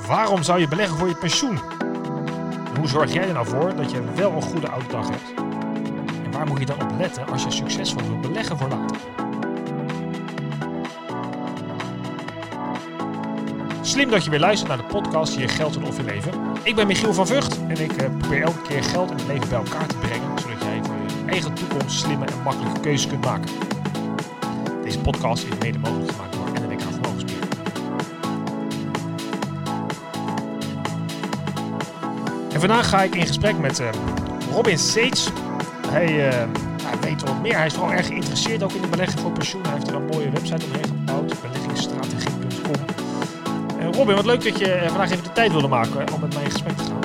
Waarom zou je beleggen voor je pensioen? En hoe zorg jij er nou voor dat je wel een goede oude dag hebt? En waar moet je dan op letten als je succesvol wilt beleggen voor later? Slim dat je weer luistert naar de podcast Je Geld en Of Je Leven. Ik ben Michiel van Vught en ik probeer elke keer geld en het leven bij elkaar te brengen, zodat jij voor je eigen toekomst slimme en makkelijke keuzes kunt maken. Deze podcast is mede mogelijk gemaakt door NWK Vermogensbeheer. En vandaag ga ik in gesprek met Robin Sage. Hij weet wat meer. Hij is vooral erg geïnteresseerd ook in de beleggen voor pensioen. Hij heeft er een mooie website omheen gebouwd, beleggingsstrategie.com. Robin, wat leuk dat je vandaag even de tijd wilde maken om met mij in gesprek te gaan.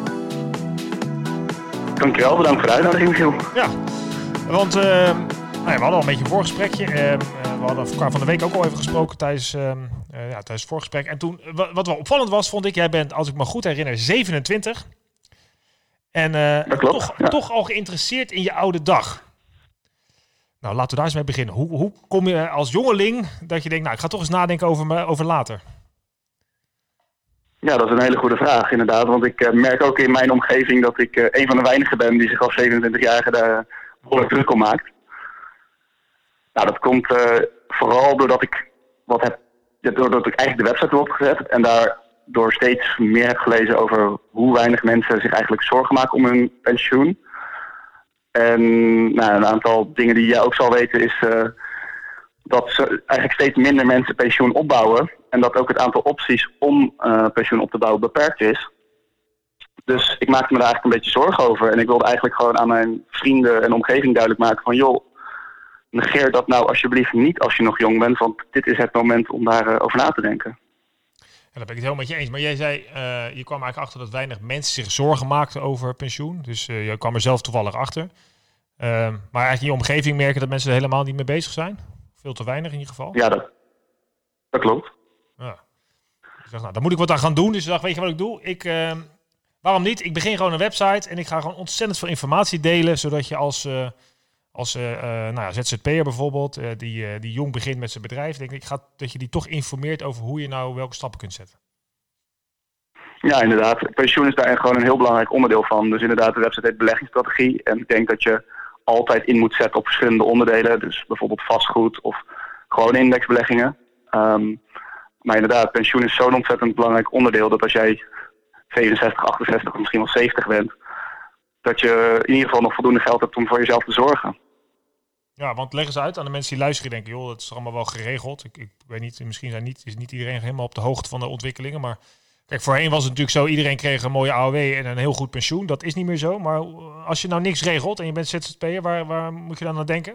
Dankjewel, bedankt voor de uitnodiging, Michiel. Ja, want we hadden al een beetje een voorgesprekje. We hadden elkaar van de week ook al even gesproken tijdens het voorgesprek. En toen, wat wel opvallend was, vond ik, jij bent, als ik me goed herinner, 27. En dat klopt, toch al geïnteresseerd in je oude dag. Nou, laten we daar eens mee beginnen. Hoe kom je als jongeling dat je denkt, nou, ik ga toch eens nadenken over later? Ja, dat is een hele goede vraag, inderdaad. Want ik merk ook in mijn omgeving dat ik een van de weinigen ben die zich als 27-jarige daar behoorlijk druk om maakt. Nou, dat komt vooral doordat ik eigenlijk de website heb opgezet en daardoor steeds meer heb gelezen over hoe weinig mensen zich eigenlijk zorgen maken om hun pensioen. En een aantal dingen die jij ook zal weten is dat ze eigenlijk steeds minder mensen pensioen opbouwen. En dat ook het aantal opties om pensioen op te bouwen beperkt is. Dus ik maakte me daar eigenlijk een beetje zorgen over. En ik wilde eigenlijk gewoon aan mijn vrienden en omgeving duidelijk maken van, joh, negeer dat nou alsjeblieft niet als je nog jong bent. Want dit is het moment om daarover over na te denken. Ja, daar ben ik het helemaal met je eens. Maar jij zei, je kwam eigenlijk achter dat weinig mensen zich zorgen maakten over pensioen. Dus je kwam er zelf toevallig achter. Maar eigenlijk in je omgeving merken dat mensen er helemaal niet mee bezig zijn? Veel te weinig in ieder geval? Ja, dat klopt. Ja. Ik dacht, nou, daar moet ik wat aan gaan doen. Dus ik dacht, weet je wat ik doe? Waarom niet? Ik begin gewoon een website en ik ga gewoon ontzettend veel informatie delen, zodat je als ZZP'er bijvoorbeeld, die jong begint met zijn bedrijf, denk ik, dat je die toch informeert over hoe je nou welke stappen kunt zetten. Ja, inderdaad. Pensioen is daar gewoon een heel belangrijk onderdeel van. Dus inderdaad, de website heet beleggingsstrategie. En ik denk dat je altijd in moet zetten op verschillende onderdelen. Dus bijvoorbeeld vastgoed of gewoon indexbeleggingen. Maar inderdaad, pensioen is zo'n ontzettend belangrijk onderdeel dat als jij 67, 68 of misschien wel 70 bent, dat je in ieder geval nog voldoende geld hebt om voor jezelf te zorgen. Ja, want leg eens uit aan de mensen die luisteren, denken, joh, dat is allemaal wel geregeld. Ik weet niet, misschien is niet iedereen helemaal op de hoogte van de ontwikkelingen, maar kijk, voorheen was het natuurlijk zo, iedereen kreeg een mooie AOW en een heel goed pensioen. Dat is niet meer zo, maar als je nou niks regelt en je bent ZZP'er, waar moet je dan aan denken?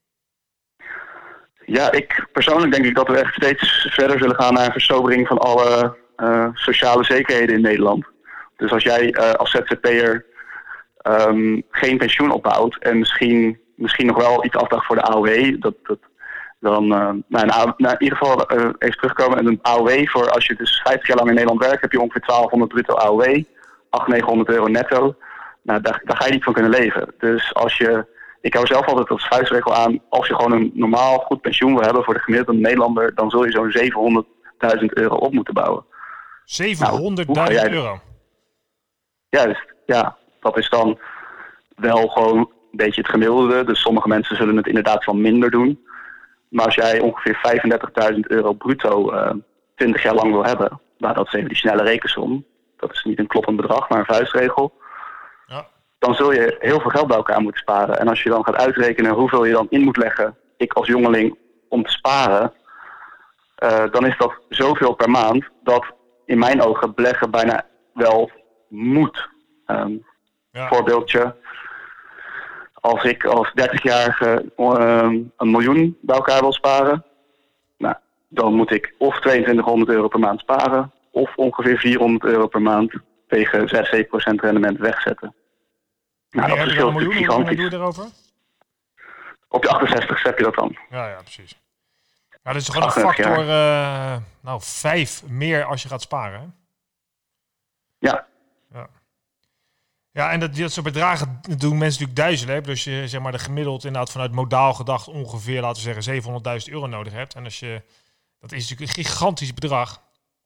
Ja, ik persoonlijk denk dat we echt steeds verder zullen gaan naar een versobering van alle sociale zekerheden in Nederland. Dus als jij als ZZP'er geen pensioen opbouwt en misschien nog wel iets afdraagt voor de AOW, dan in ieder geval even terugkomen. En een AOW voor als je dus 50 jaar lang in Nederland werkt, heb je ongeveer 1200 bruto AOW, 800-900 euro netto. Nou, daar ga je niet van kunnen leven. Dus ik hou zelf altijd als vuistregel aan, als je gewoon een normaal goed pensioen wil hebben voor de gemiddelde Nederlander, dan zul je zo'n 700.000 euro op moeten bouwen. 700.000 euro? Juist, ja. Dat is dan wel gewoon een beetje het gemiddelde. Dus sommige mensen zullen het inderdaad wel minder doen. Maar als jij ongeveer 35.000 euro bruto 20 jaar lang wil hebben, nou, dat is even die snelle rekensom. Dat is niet een kloppend bedrag, maar een vuistregel. Ja. Dan zul je heel veel geld bij elkaar moeten sparen. En als je dan gaat uitrekenen hoeveel je dan in moet leggen, ik als jongeling, om te sparen, dan is dat zoveel per maand dat in mijn ogen beleggen bijna wel moet. Voorbeeldje. Als ik als 30-jarige een miljoen bij elkaar wil sparen, nou, dan moet ik of 2200 euro per maand sparen, of ongeveer 400 euro per maand tegen 6-7% rendement wegzetten. Nou, dat verschilt natuurlijk gigantisch. Hoe doe je erover? Op je 68 heb je dat dan. Ja, precies. Nou, dat is gewoon een factor 5 meer als je gaat sparen, hè? Ja. Ja, en dat soort bedragen doen mensen natuurlijk duizelen. Dus je zeg maar de gemiddeld inderdaad vanuit modaal gedacht ongeveer, laten we zeggen, 700.000 euro nodig hebt. En dat is natuurlijk een gigantisch bedrag.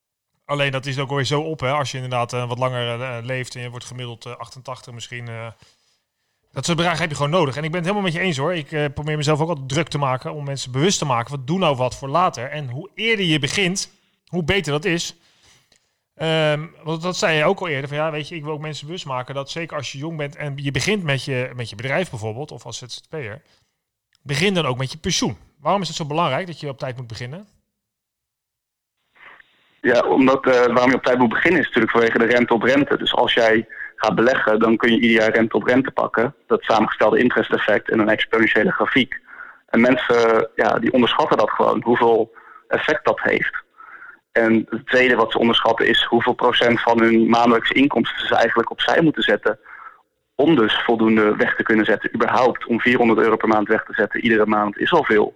Alleen dat is ook weer zo op, hè, als je inderdaad wat langer leeft en je wordt gemiddeld 88 misschien. Dat soort bedragen heb je gewoon nodig. En ik ben het helemaal met je eens hoor. Ik probeer mezelf ook altijd druk te maken om mensen bewust te maken. Doe nou wat voor later. En hoe eerder je begint, hoe beter dat is. Want dat zei je ook al eerder. Van, ja, weet je, ik wil ook mensen bewust maken dat zeker als je jong bent en je begint met je bedrijf bijvoorbeeld, of als ZZP'er, begin dan ook met je pensioen. Waarom is het zo belangrijk dat je op tijd moet beginnen? Ja, omdat waarom je op tijd moet beginnen is natuurlijk vanwege de rente op rente. Dus als jij gaat beleggen, dan kun je ieder jaar rente op rente pakken. Dat samengestelde interest effect en een exponentiële grafiek. En mensen, die onderschatten dat gewoon, hoeveel effect dat heeft. En het tweede wat ze onderschatten is hoeveel procent van hun maandelijkse inkomsten ze eigenlijk opzij moeten zetten. Om dus voldoende weg te kunnen zetten. Überhaupt om €400 per maand weg te zetten iedere maand is al veel.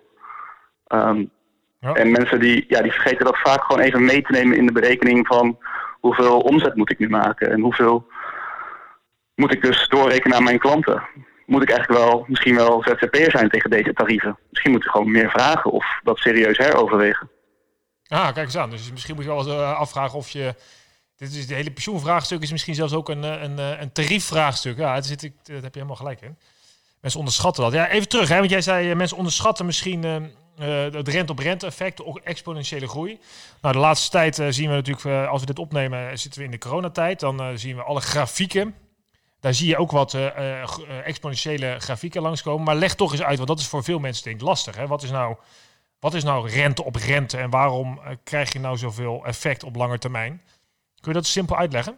En mensen die vergeten dat vaak gewoon even mee te nemen in de berekening van hoeveel omzet moet ik nu maken. En hoeveel moet ik dus doorrekenen aan mijn klanten. Moet ik eigenlijk misschien wel ZZP'er zijn tegen deze tarieven. Misschien moet ik gewoon meer vragen of dat serieus heroverwegen. Kijk eens aan. Dus misschien moet je wel eens afvragen of je... Het hele pensioenvraagstuk is misschien zelfs ook een tariefvraagstuk. Ja, daar heb je helemaal gelijk in. Mensen onderschatten dat. Ja, even terug, hè, want jij zei mensen onderschatten misschien het rente-op-rente effect, ook exponentiële groei. Nou, de laatste tijd zien we natuurlijk, als we dit opnemen, zitten we in de coronatijd. Dan zien we alle grafieken. Daar zie je ook wat exponentiële grafieken langskomen. Maar leg toch eens uit, want dat is voor veel mensen denk ik lastig. Hè? Wat is nou rente op rente en waarom krijg je nou zoveel effect op lange termijn? Kun je dat simpel uitleggen?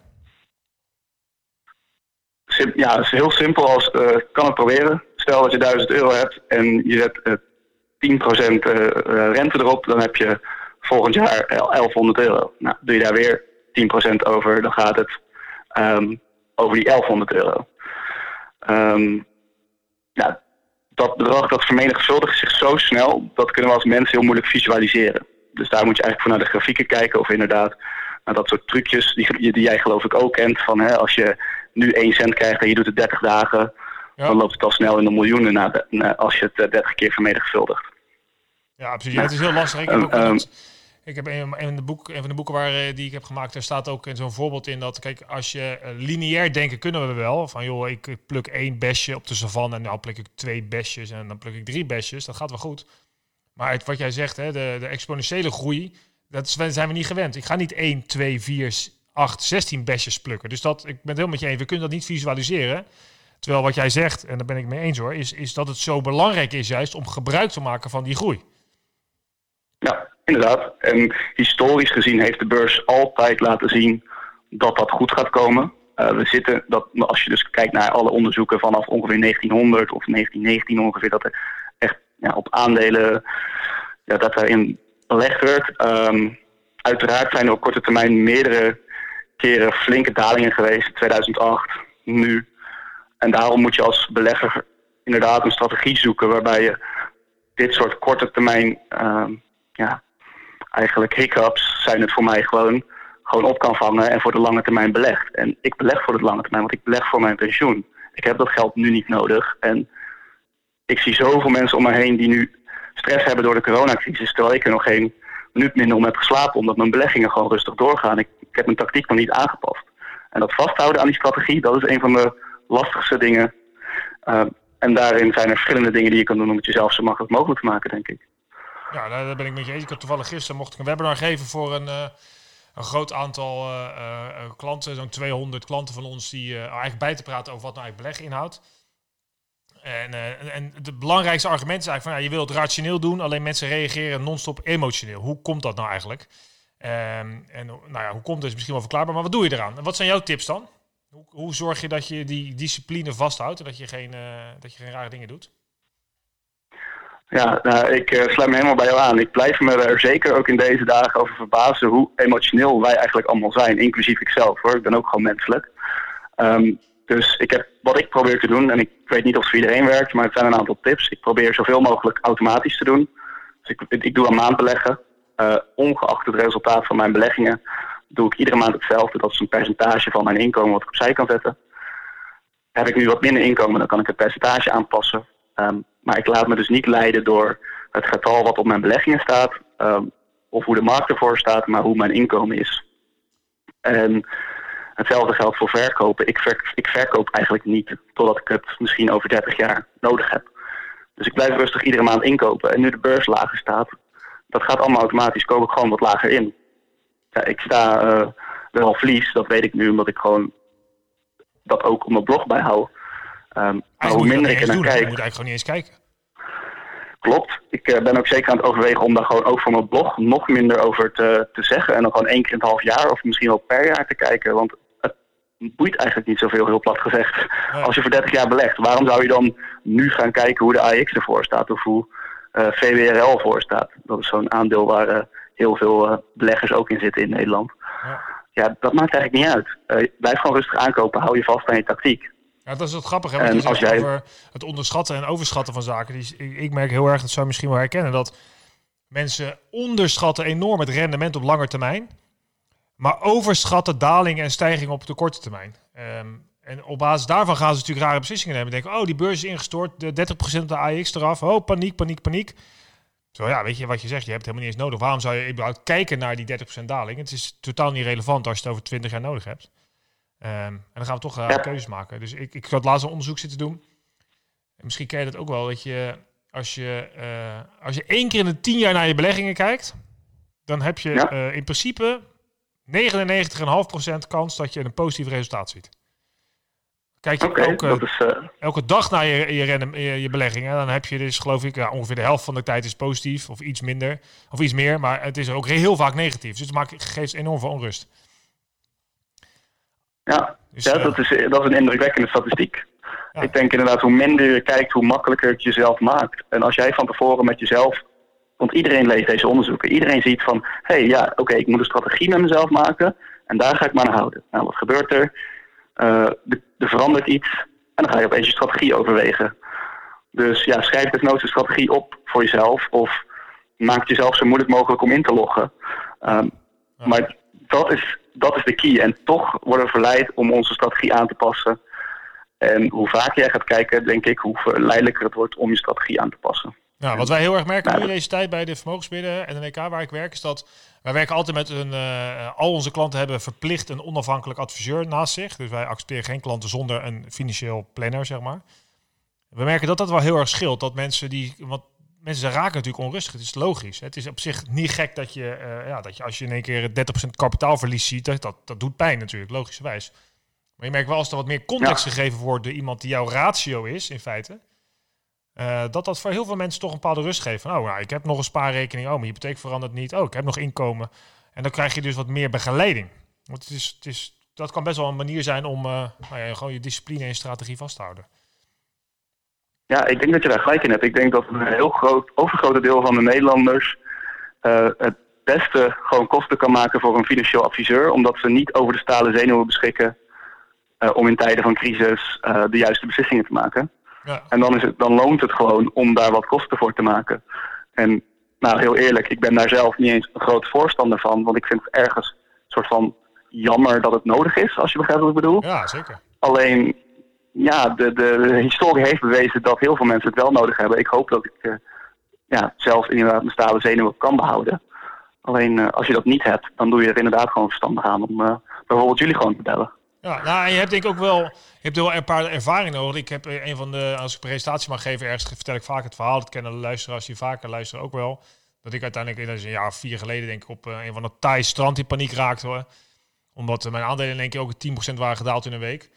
Ja, het is heel simpel. Kan het proberen. Stel dat je €1000 hebt en je zet 10% rente erop, dan heb je volgend jaar €1100. Nou, doe je daar weer 10% over, dan gaat het over die €1100. Dat bedrag dat vermenigvuldigt zich zo snel, dat kunnen we als mensen heel moeilijk visualiseren. Dus daar moet je eigenlijk voor naar de grafieken kijken of inderdaad naar dat soort trucjes die jij geloof ik ook kent. Van als je nu 1 cent krijgt en je doet het 30 dagen, dan loopt het al snel in de miljoenen als je het 30 keer vermenigvuldigt. Ja, precies. Ja, het is heel lastig. Ik heb een van de boeken die ik heb gemaakt, daar staat ook zo'n voorbeeld in dat, kijk, als je lineair denken kunnen we wel. Van joh, ik pluk 1 besje op de savanne en nou pluk ik 2 besjes en dan pluk ik 3 besjes. Dat gaat wel goed. Maar wat jij zegt, hè, de exponentiële groei, dat zijn we niet gewend. Ik ga niet 1, 2, 4, 8, 16 besjes plukken. Dus ik ben het helemaal met je eens. We kunnen dat niet visualiseren. Terwijl wat jij zegt, en daar ben ik mee eens hoor, is dat het zo belangrijk is juist om gebruik te maken van die groei. Ja, inderdaad. En historisch gezien heeft de beurs altijd laten zien dat dat goed gaat komen. Als je dus kijkt naar alle onderzoeken vanaf ongeveer 1900 of 1919 ongeveer, dat er echt op aandelen dat daarin belegd werd. Uiteraard zijn er op korte termijn meerdere keren flinke dalingen geweest. 2008, nu. En daarom moet je als belegger inderdaad een strategie zoeken waarbij je dit soort korte termijn eigenlijk hiccups zijn het voor mij gewoon op kan vangen en voor de lange termijn belegt. En ik beleg voor de lange termijn, want ik beleg voor mijn pensioen. Ik heb dat geld nu niet nodig. En ik zie zoveel mensen om me heen die nu stress hebben door de coronacrisis, terwijl ik er nog geen minuut minder om heb geslapen, omdat mijn beleggingen gewoon rustig doorgaan. Ik heb mijn tactiek nog niet aangepast. En dat vasthouden aan die strategie, dat is een van de lastigste dingen. En daarin zijn er verschillende dingen die je kan doen om het jezelf zo makkelijk mogelijk te maken, denk ik. Ja, daar ben ik met je eens. Ik had toevallig gisteren mocht ik een webinar geven voor een groot aantal klanten, zo'n 200 klanten van ons, die eigenlijk bij te praten over wat nou eigenlijk beleggen inhoudt. En het belangrijkste argument is eigenlijk van je wil het rationeel doen, alleen mensen reageren non-stop emotioneel. Hoe komt dat nou eigenlijk? Hoe komt het is misschien wel verklaarbaar, maar wat doe je eraan? En wat zijn jouw tips dan? Hoe zorg je dat je die discipline vasthoudt en dat je geen rare dingen doet? Ja, ik sluit me helemaal bij jou aan. Ik blijf me er zeker ook in deze dagen over verbazen hoe emotioneel wij eigenlijk allemaal zijn, inclusief ikzelf hoor. Ik ben ook gewoon menselijk. Dus wat ik probeer te doen, en ik weet niet of het voor iedereen werkt, maar het zijn een aantal tips. Ik probeer zoveel mogelijk automatisch te doen. Dus ik doe aan maandbeleggen. Ongeacht het resultaat van mijn beleggingen doe ik iedere maand hetzelfde. Dat is een percentage van mijn inkomen wat ik opzij kan zetten. Heb ik nu wat minder inkomen, dan kan ik het percentage aanpassen. Maar ik laat me dus niet leiden door het getal wat op mijn beleggingen staat. Of hoe de markt ervoor staat, maar hoe mijn inkomen is. En hetzelfde geldt voor verkopen. Ik verkoop eigenlijk niet totdat ik het misschien over 30 jaar nodig heb. Dus ik blijf rustig iedere maand inkopen. En nu de beurs lager staat, dat gaat allemaal automatisch, koop ik gewoon wat lager in. Ja, ik sta wel verlies, dat weet ik nu, omdat ik gewoon dat ook op mijn blog bijhoud. Maar hoe minder ik er naar kijk... Je moet eigenlijk gewoon niet eens kijken. Klopt. Ik ben ook zeker aan het overwegen om daar gewoon ook voor mijn blog nog minder over te zeggen. En dan gewoon 1 keer in het half jaar of misschien wel per jaar te kijken. Want het boeit eigenlijk niet zoveel, heel plat gezegd. Nee. Als je voor 30 jaar belegt, waarom zou je dan nu gaan kijken hoe de AEX ervoor staat? Of hoe VWRL voor staat? Dat is zo'n aandeel waar heel veel beleggers ook in zitten in Nederland. Ja, dat maakt eigenlijk niet uit. Blijf gewoon rustig aankopen, hou je vast aan je tactiek. Ja, dat is wat grappig, hè? Want je zegt over het onderschatten en overschatten van zaken. Ik merk heel erg, dat zou je misschien wel herkennen, dat mensen onderschatten enorm het rendement op lange termijn, maar overschatten daling en stijging op de korte termijn. En op basis daarvan gaan ze natuurlijk rare beslissingen nemen. Denken, die beurs is ingestort, de 30% op de AEX eraf. Oh, paniek. Zo ja, weet je wat je zegt, je hebt het helemaal niet eens nodig. Waarom zou je überhaupt kijken naar die 30% daling? Het is totaal niet relevant als je het over 20 jaar nodig hebt. En dan gaan we toch keuzes maken. Dus ik had laatst een onderzoek zitten doen. En misschien ken je dat ook wel. Dat je als je 1 keer in de 10 jaar naar je beleggingen kijkt, dan heb je in principe 99,5% kans dat je een positief resultaat ziet. Kijk je elke dag naar je beleggingen, dan heb je dus, geloof ik, ongeveer de helft van de tijd is positief of iets minder of iets meer, maar het is ook heel vaak negatief. Dus het geeft enorm veel onrust. Ja, dus, dat is een indrukwekkende statistiek. Ja. Ik denk inderdaad, hoe minder je kijkt, hoe makkelijker het jezelf maakt. En als jij van tevoren met jezelf, want iedereen leest deze onderzoeken, iedereen ziet van, ik moet een strategie met mezelf maken en daar ga ik maar aan houden. Nou, wat gebeurt er? Er verandert iets en dan ga je opeens je strategie overwegen. Dus ja, schrijf desnoods een strategie op voor jezelf of maak het jezelf zo moeilijk mogelijk om in te loggen. Maar dat is de key. En toch worden we verleid om onze strategie aan te passen. En hoe vaker jij gaat kijken, denk ik, hoe verleidelijker het wordt om je strategie aan te passen. Nou, wat wij heel erg merken nu in deze tijd bij de vermogensbeheerder en de WK waar ik werk, is dat wij werken altijd met al onze klanten hebben verplicht een onafhankelijk adviseur naast zich. Dus wij accepteren geen klanten zonder een financieel planner, zeg maar. We merken dat dat wel heel erg scheelt. Dat want mensen raken natuurlijk onrustig. Het is logisch. Het is op zich niet gek dat je als je in één keer 30% kapitaalverlies ziet, dat doet pijn natuurlijk, logischerwijs. Maar je merkt wel als er wat meer context gegeven wordt door iemand die jouw ratio is, in feite, dat voor heel veel mensen toch een bepaalde rust geeft. Van, ik heb nog een spaarrekening. Mijn hypotheek verandert niet. Ik heb nog inkomen. En dan krijg je dus wat meer begeleiding. Want dat kan best wel een manier zijn om gewoon je discipline en je strategie vast te houden. Ja, ik denk dat je daar gelijk in hebt. Ik denk dat een heel overgrote deel van de Nederlanders het beste gewoon kosten kan maken voor een financieel adviseur, omdat ze niet over de stalen zenuwen beschikken om in tijden van crisis de juiste beslissingen te maken. Ja. En dan loont het gewoon om daar wat kosten voor te maken. En heel eerlijk, ik ben daar zelf niet eens een groot voorstander van, want ik vind het ergens een soort van jammer dat het nodig is, als je begrijpt wat ik bedoel. Ja, zeker. Alleen, de historie heeft bewezen dat heel veel mensen het wel nodig hebben. Ik hoop dat ik zelf inderdaad mijn stalen zenuwen kan behouden. Alleen als je dat niet hebt, dan doe je er inderdaad gewoon verstandig aan om bijvoorbeeld jullie gewoon te bellen. Ja, en je hebt denk ik ook wel een paar ervaring nodig. Ik heb als ik presentatie mag geven ergens, vertel ik vaak het verhaal. Dat kennen de luisteraars die vaker luisteren ook wel. Dat ik uiteindelijk, dat is een jaar of 4 geleden denk ik, op een van de Thai strand in paniek raakte. Hoor. Omdat mijn aandelen in één keer ook 10% waren gedaald in een week.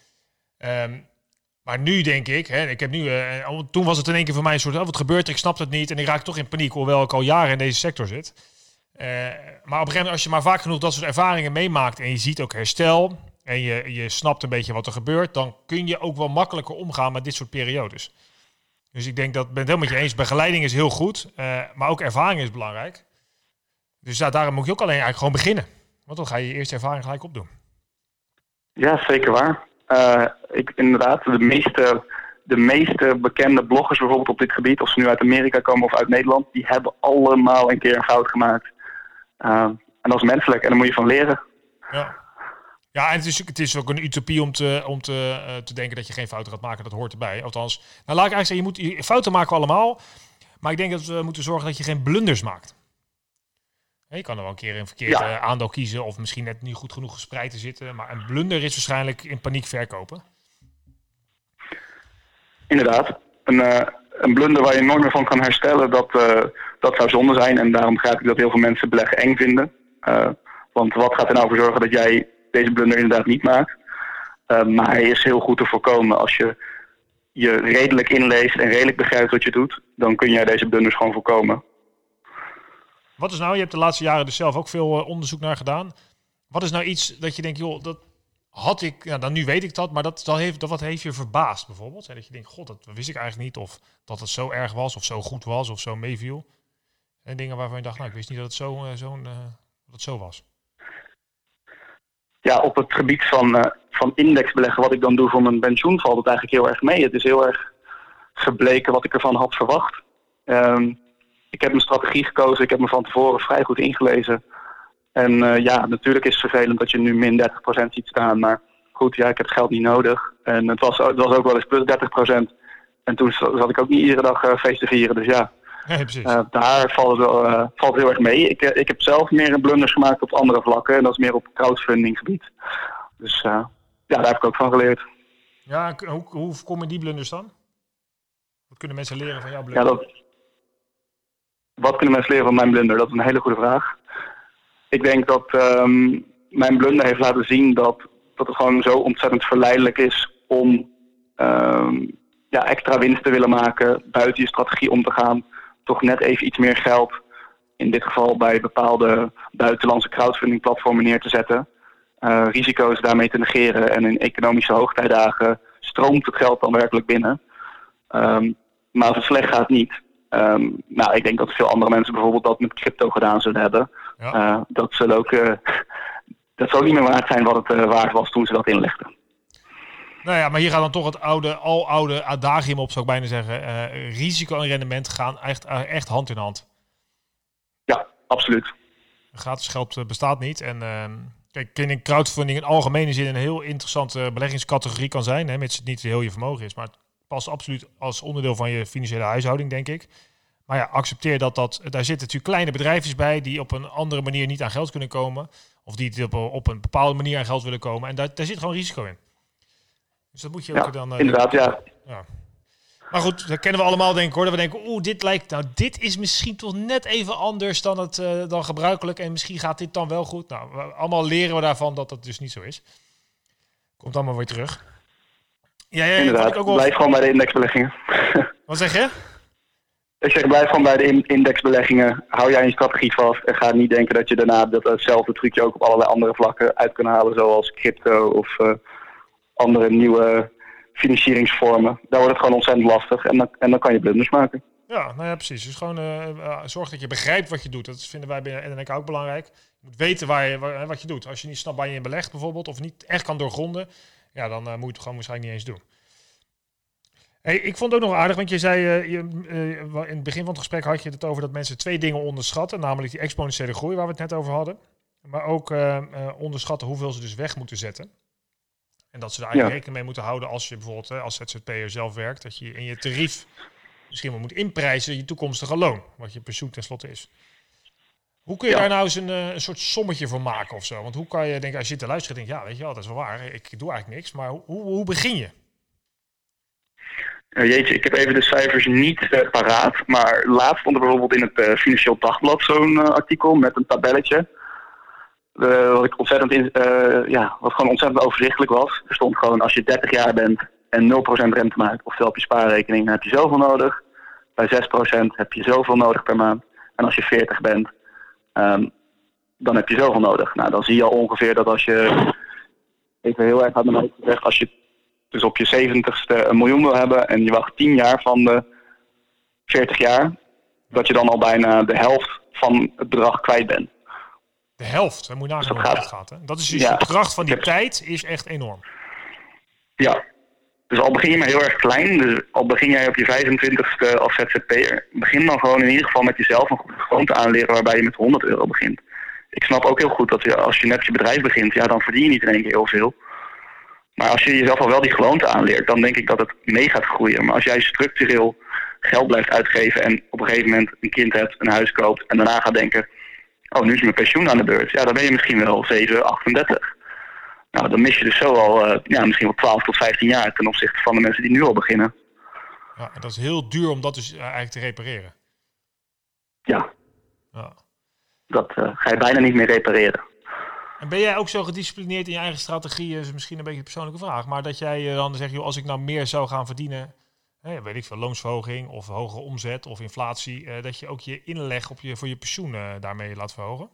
Maar nu denk ik, ik heb nu, toen was het in één keer voor mij een soort, wat gebeurt er? Ik snap het niet en ik raak toch in paniek, hoewel ik al jaren in deze sector zit. Maar op een gegeven moment, als je maar vaak genoeg dat soort ervaringen meemaakt en je ziet ook herstel en je snapt een beetje wat er gebeurt, dan kun je ook wel makkelijker omgaan met dit soort periodes. Dus ik denk dat, ben het helemaal met je eens, begeleiding is heel goed, maar ook ervaring is belangrijk. Dus daarom moet je ook alleen eigenlijk gewoon beginnen. Want dan ga je eerste ervaring gelijk opdoen. Ja, zeker waar. Inderdaad, de meeste bekende bloggers bijvoorbeeld op dit gebied, of ze nu uit Amerika komen of uit Nederland, die hebben allemaal een keer een fout gemaakt. En dat is menselijk en daar moet je van leren. Ja, en het is ook een utopie om te denken dat je geen fouten gaat maken. Dat hoort erbij. Althans, laat ik eigenlijk zeggen, fouten maken we allemaal. Maar ik denk dat we moeten zorgen dat je geen blunders maakt. Je kan er wel een keer een verkeerd aandeel kiezen of misschien net niet goed genoeg gespreid te zitten. Maar een blunder is waarschijnlijk in paniek verkopen. Inderdaad. Een blunder waar je nooit meer van kan herstellen, dat zou zonde zijn. En daarom begrijp ik dat heel veel mensen beleggen eng vinden. Want wat gaat er nou voor zorgen dat jij deze blunder inderdaad niet maakt? Maar hij is heel goed te voorkomen. Als je redelijk inleest en redelijk begrijpt wat je doet, dan kun jij deze blunders gewoon voorkomen. Wat is nou, je hebt de laatste jaren dus zelf ook veel onderzoek naar gedaan. Wat is nou iets dat je denkt, joh, dat had ik, dan nu weet ik dat, maar wat heeft je verbaasd bijvoorbeeld? Dat je denkt, god, dat wist ik eigenlijk niet. Of dat het zo erg was, of zo goed was, of zo meeviel. En dingen waarvan je dacht, nou, ik wist niet dat het zo was. Ja, op het gebied van indexbeleggen, wat ik dan doe voor mijn pensioen, valt het eigenlijk heel erg mee. Het is heel erg gebleken wat ik ervan had verwacht. Ik heb een strategie gekozen, ik heb me van tevoren vrij goed ingelezen. En natuurlijk is het vervelend dat je nu min 30% ziet staan. Maar goed, ik heb het geld niet nodig. En het was ook wel eens plus 30%. En toen zat ik ook niet iedere dag feest te vieren. Dus ja, precies. Daar valt het heel erg mee. Ik heb zelf meer een blunders gemaakt op andere vlakken. En dat is meer op crowdfunding gebied. Dus daar heb ik ook van geleerd. Ja, hoe voorkom je die blunders dan? Wat kunnen mensen leren van jouw blunder? Wat kunnen mensen leren van mijn blunder? Dat is een hele goede vraag. Ik denk dat mijn blunder heeft laten zien dat het gewoon zo ontzettend verleidelijk is om extra winst te willen maken, buiten je strategie om te gaan, toch net even iets meer geld, in dit geval bij bepaalde buitenlandse crowdfunding platformen neer te zetten, risico's daarmee te negeren en in economische hoogtijdagen stroomt het geld dan werkelijk binnen. Maar als het slecht gaat niet. Ik denk dat veel andere mensen bijvoorbeeld dat met crypto gedaan zullen hebben. Ja. Dat zal ook niet meer waard zijn wat het waard was toen ze dat inlegden. Nou ja, maar hier gaat dan toch het oude adagium op, zou ik bijna zeggen. Risico en rendement gaan echt hand in hand. Ja, absoluut. Gratis geld bestaat niet. En kijk, in crowdfunding in algemene zin een heel interessante beleggingscategorie kan zijn. Hè, mits het niet heel je vermogen is. Maar het past absoluut als onderdeel van je financiële huishouding, denk ik. Maar ja, accepteer dat daar zitten natuurlijk kleine bedrijfjes bij die op een andere manier niet aan geld kunnen komen. Of die op een bepaalde manier aan geld willen komen. En daar zit gewoon risico in. Dus dat moet je ook dan... inderdaad, ja. Maar goed, dat kennen we allemaal, denk ik, hoor. Dat we denken, dit is misschien toch net even anders dan gebruikelijk. En misschien gaat dit dan wel goed. Nou, allemaal leren we daarvan dat dat dus niet zo is. Komt allemaal weer terug. Ja, inderdaad, ook wel... blijf gewoon bij de indexbeleggingen. Wat zeg je? Ik zeg, blijf gewoon bij de indexbeleggingen. Hou jij je strategie vast en ga niet denken dat je daarna datzelfde trucje ook op allerlei andere vlakken uit kan halen, zoals crypto of andere nieuwe financieringsvormen. Daar wordt het gewoon ontzettend lastig en dan kan je blunders maken. Ja, nou ja, precies. Dus gewoon zorg dat je begrijpt wat je doet. Dat vinden wij bij NNK ook belangrijk. Je moet weten wat je doet. Als je niet snapt waar je in belegt bijvoorbeeld, of niet echt kan doorgronden, ja, dan moet je het gewoon waarschijnlijk niet eens doen. Hey, ik vond het ook nog aardig, want je zei in het begin van het gesprek had je het over dat mensen 2 dingen onderschatten. Namelijk die exponentiële groei waar we het net over hadden. Maar ook onderschatten hoeveel ze dus weg moeten zetten. En dat ze daar eigenlijk rekening mee moeten houden als je bijvoorbeeld als ZZP'er zelf werkt. Dat je in je tarief misschien wel moet inprijzen je toekomstige loon. Wat je pensioen tenslotte is. Hoe kun je daar nou eens een soort sommetje voor maken of zo? Want hoe kan je denken, als je zit te luisteren, denk je, ja, weet je wel, dat is wel waar. Ik doe eigenlijk niks. Maar hoe begin je? Jeetje, ik heb even de cijfers niet paraat. Maar laatst stond er bijvoorbeeld in het Financieel Dagblad zo'n artikel met een tabelletje. Wat gewoon ontzettend overzichtelijk was. Er stond gewoon, als je 30 jaar bent en 0% rente maakt, oftewel op je spaarrekening, dan heb je zoveel nodig. Bij 6% heb je zoveel nodig per maand. En als je 40 bent, dan heb je zoveel nodig. Nou, dan zie je al ongeveer dat als je, even heel erg aan mijn hoofd gezegd, als je dus op je 70ste $1 miljoen wil hebben en je wacht 10 jaar van de 40 jaar, dat je dan al bijna de helft van het bedrag kwijt bent. De helft, dan moet je nagaan hoe dat gaat. Hè? Dat is dus de kracht van die tijd is echt enorm. Ja, dus al begin je maar heel erg klein, dus al begin jij op je 25ste als ZZP'er, begin dan gewoon in ieder geval met jezelf een goede gewoonte aanleren waarbij je met €100 begint. Ik snap ook heel goed dat als je net je bedrijf begint, ja, dan verdien je niet in één keer heel veel. Maar als je jezelf al wel die gewoonte aanleert, dan denk ik dat het mee gaat groeien. Maar als jij structureel geld blijft uitgeven en op een gegeven moment een kind hebt, een huis koopt en daarna gaat denken, Oh, nu is mijn pensioen aan de beurt. Ja, dan ben je misschien wel 7, 38. Nou, dan mis je dus zo al misschien wel 12 tot 15 jaar ten opzichte van de mensen die nu al beginnen. Ja, en dat is heel duur om dat dus eigenlijk te repareren. Ja. Dat ga je bijna niet meer repareren. En ben jij ook zo gedisciplineerd in je eigen strategie? Dat is misschien een beetje een persoonlijke vraag. Maar dat jij dan zegt, joh, als ik nou meer zou gaan verdienen, weet ik veel, loonsverhoging of hogere omzet of inflatie, dat je ook je inleg voor je pensioen daarmee laat verhogen?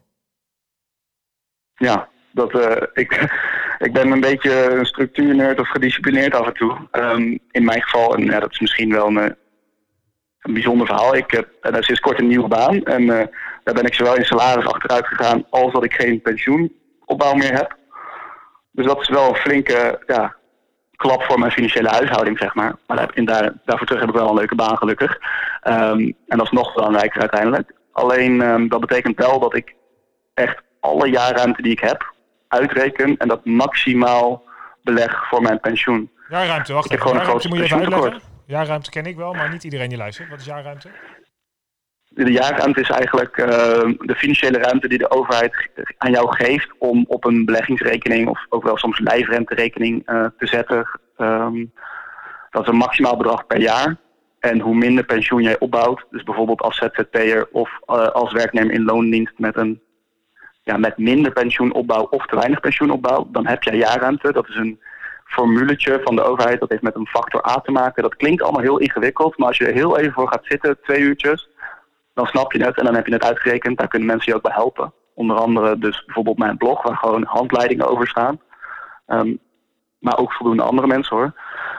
Ja, ik ben een beetje een structuurnerd of gedisciplineerd af en toe. In mijn geval, en dat is misschien wel een bijzonder verhaal. Ik heb sinds kort een nieuwe baan en daar ben ik zowel in salaris achteruit gegaan als dat ik geen pensioenopbouw meer heb. Dus dat is wel een flinke klap voor mijn financiële huishouding, zeg maar. Maar daarvoor terug heb ik wel een leuke baan, gelukkig. En dat is nog belangrijker uiteindelijk. Alleen dat betekent wel dat ik echt alle jaarruimte die ik heb uitreken en dat maximaal beleg voor mijn pensioen. Jaarruimte, wacht even. Jaarruimte moet je even uitleggen. Jaarruimte ken ik wel, maar niet iedereen die luistert. Wat is jaarruimte? De jaarruimte is eigenlijk de financiële ruimte die de overheid aan jou geeft om op een beleggingsrekening of ook wel soms lijfrenterekening te zetten. Dat is een maximaal bedrag per jaar. En hoe minder pensioen jij opbouwt, dus bijvoorbeeld als ZZP'er of als werknemer in loondienst met minder pensioenopbouw of te weinig pensioenopbouw, dan heb jij jaarruimte. Dat is een formuletje van de overheid, dat heeft met een factor A te maken. Dat klinkt allemaal heel ingewikkeld, maar als je er heel even voor gaat zitten, 2 uurtjes, dan snap je het en dan heb je het uitgerekend. Daar kunnen mensen je ook bij helpen. Onder andere dus bijvoorbeeld mijn blog, waar gewoon handleidingen over staan. Maar ook voldoende andere mensen, hoor.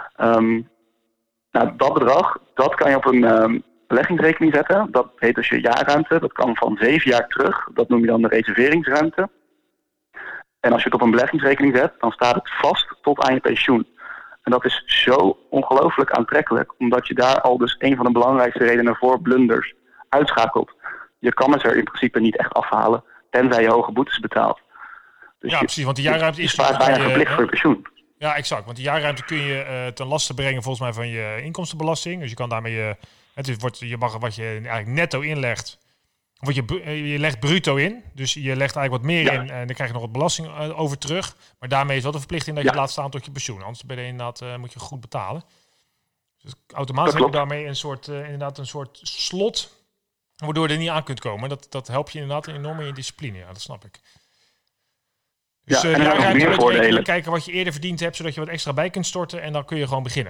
Dat bedrag, dat kan je op een beleggingsrekening zetten. Dat heet dus je jaarruimte. Dat kan van 7 jaar terug. Dat noem je dan de reserveringsruimte. En als je het op een beleggingsrekening zet, dan staat het vast tot aan je pensioen. En dat is zo ongelooflijk aantrekkelijk, omdat je daar al dus een van de belangrijkste redenen voor blunders uitschakelt. Je kan het er in principe niet echt afhalen, tenzij je hoge boetes betaalt. Dus ja, precies, want die jaarruimte is vaak bijna verplicht voor je pensioen. Ja, exact. Want die jaarruimte kun je ten laste brengen volgens mij van je inkomstenbelasting. Dus je kan daarmee je mag wat je eigenlijk netto inlegt. Of je legt bruto in. Dus je legt eigenlijk wat meer in en dan krijg je nog wat belasting over terug. Maar daarmee is wel de verplichting dat je het laat staan tot je pensioen. Anders ben je inderdaad, moet je goed betalen. Dus automatisch heb je daarmee een soort slot, waardoor je er niet aan kunt komen. Dat helpt je inderdaad enorm in je discipline. Ja, dat snap ik. Dus en er zijn meer voordelen. Kijken wat je eerder verdiend hebt, zodat je wat extra bij kunt storten en dan kun je gewoon beginnen.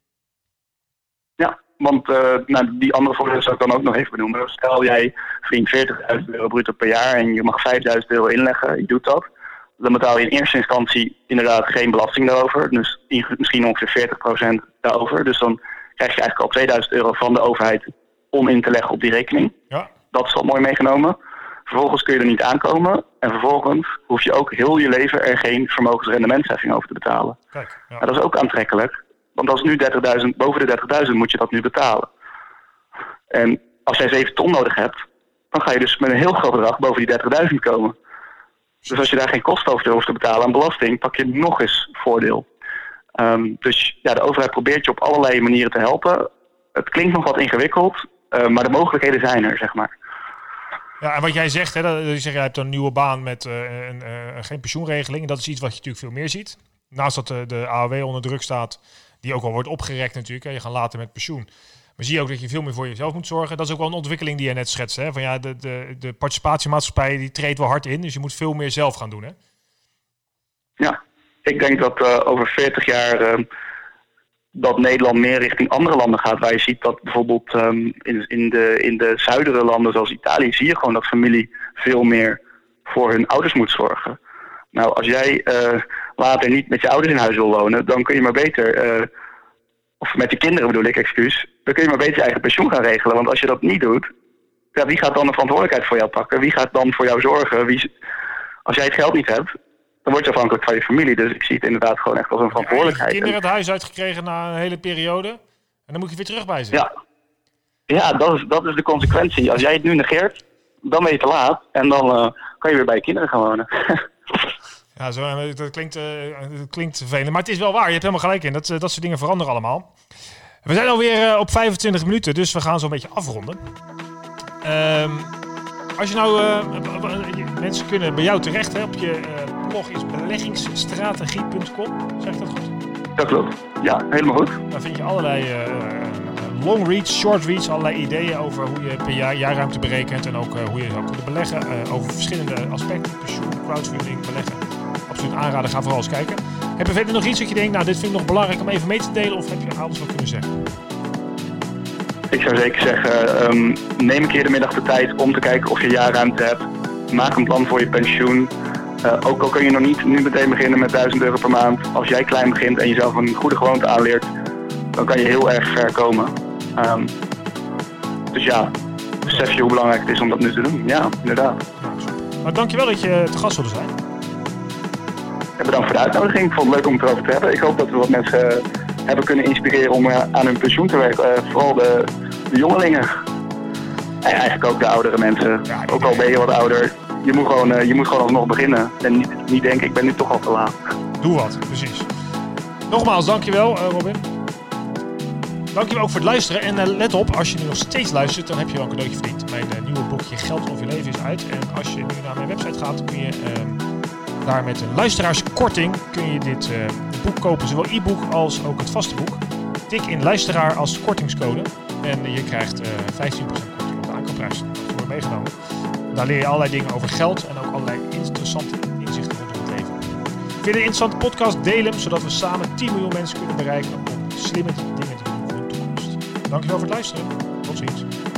Ja, want die andere voordelen zou ik dan ook nog even benoemen. Stel jij verdient €40.000 bruto per jaar en je mag €5.000 inleggen, je doet dat. Dan betaal je in eerste instantie inderdaad geen belasting daarover. Dus misschien ongeveer 40% daarover. Dus dan krijg je eigenlijk al €2.000 van de overheid om in te leggen op die rekening. Ja. Dat is al mooi meegenomen. Vervolgens kun je er niet aankomen. En vervolgens hoef je ook heel je leven er geen vermogensrendementsheffing over te betalen. Kijk, ja. Maar dat is ook aantrekkelijk. Want als nu 30.000, boven de 30.000 moet je dat nu betalen. En als jij 7 ton nodig hebt, dan ga je dus met een heel groot bedrag boven die 30.000 komen. Dus als je daar geen kosten over hoeft te betalen aan belasting, pak je nog eens voordeel. Dus ja, de overheid probeert je op allerlei manieren te helpen. Het klinkt nog wat ingewikkeld, maar de mogelijkheden zijn er, zeg maar. Ja, en wat jij zegt, je hebt een nieuwe baan met geen pensioenregeling. Dat is iets wat je natuurlijk veel meer ziet. Naast dat de AOW onder druk staat, die ook al wordt opgerekt natuurlijk. Hè, je gaat later met pensioen. Maar zie je ook dat je veel meer voor jezelf moet zorgen. Dat is ook wel een ontwikkeling die je net schetst. Hè? Van ja, de participatiemaatschappij die treedt wel hard in. Dus je moet veel meer zelf gaan doen. Hè? Ja, ik denk dat over 40 jaar dat Nederland meer richting andere landen gaat. Waar je ziet dat bijvoorbeeld in de zuidere landen zoals Italië zie je gewoon dat familie veel meer voor hun ouders moet zorgen. Nou, als jij later niet met je ouders in huis wil wonen, dan kun je maar beter, of met je kinderen bedoel ik, dan kun je maar beter je eigen pensioen gaan regelen. Want als je dat niet doet, ja, wie gaat dan de verantwoordelijkheid voor jou pakken? Wie gaat dan voor jou zorgen? Als jij het geld niet hebt, dan word je afhankelijk van je familie. Dus ik zie het inderdaad gewoon echt als een verantwoordelijkheid. Je kinderen het huis uitgekregen na een hele periode en dan moet je weer terug bij ze. Ja, dat is de consequentie. Als jij het nu negeert, dan ben je te laat en dan kan je weer bij je kinderen gaan wonen. Ja, dat klinkt vervelend. Maar het is wel waar. Je hebt helemaal gelijk in. Dat soort dingen veranderen allemaal. We zijn alweer op 25 minuten. Dus we gaan zo'n beetje afronden. Als je nou... mensen kunnen bij jou terecht, hè, op je blog is beleggingsstrategie.com. Zeg ik dat goed? Dat klopt. Ja, helemaal goed. Daar vind je allerlei long reads, short reads, allerlei ideeën over hoe je per jaar jaarruimte berekent. En ook hoe je zou kunnen beleggen. Over verschillende aspecten. Pensioen, crowdfunding, beleggen. Absoluut aanraden. Ga vooral eens kijken. Heb je verder nog iets dat je denkt, nou dit vind ik nog belangrijk om even mee te delen? Of heb je alles wat kunnen zeggen? Ik zou zeker zeggen, neem een keer de middag de tijd om te kijken of je jaarruimte hebt. Maak een plan voor je pensioen. Ook al kun je nog niet nu meteen beginnen met €1000 per maand. Als jij klein begint en jezelf een goede gewoonte aanleert, dan kan je heel erg ver komen. Dus ja, besef je hoe belangrijk het is om dat nu te doen. Ja, inderdaad. Maar dankjewel dat je te gast wilde zijn. Ja, bedankt voor de uitnodiging. Ik vond het leuk om het erover te hebben. Ik hoop dat we wat mensen hebben kunnen inspireren om aan hun pensioen te werken. Vooral de jongelingen. En eigenlijk ook de oudere mensen. Ja, ook al ben je wat ouder. Je moet gewoon alsnog beginnen. En niet denken, ik ben nu toch al te laat. Doe wat, precies. Nogmaals, dankjewel Robin. Dankjewel ook voor het luisteren. En let op, als je nu nog steeds luistert, dan heb je wel een cadeautje verdiend. Mijn nieuwe boekje Geld of je leven is uit. En als je nu naar mijn website gaat, kun je daar met een luisteraarskorting kun je dit boek kopen. Zowel e-book als ook het vaste boek. Tik in luisteraar als kortingscode. En je krijgt 15% korting op de aankoopprijs. Dat wordt meegenomen. Daar leer je allerlei dingen over geld en ook allerlei interessante inzichten rondom het leven. Vind je een interessante podcast? Deel hem, zodat we samen 10 miljoen mensen kunnen bereiken om slimme dingen te doen voor de toekomst. Dankjewel voor het luisteren. Tot ziens.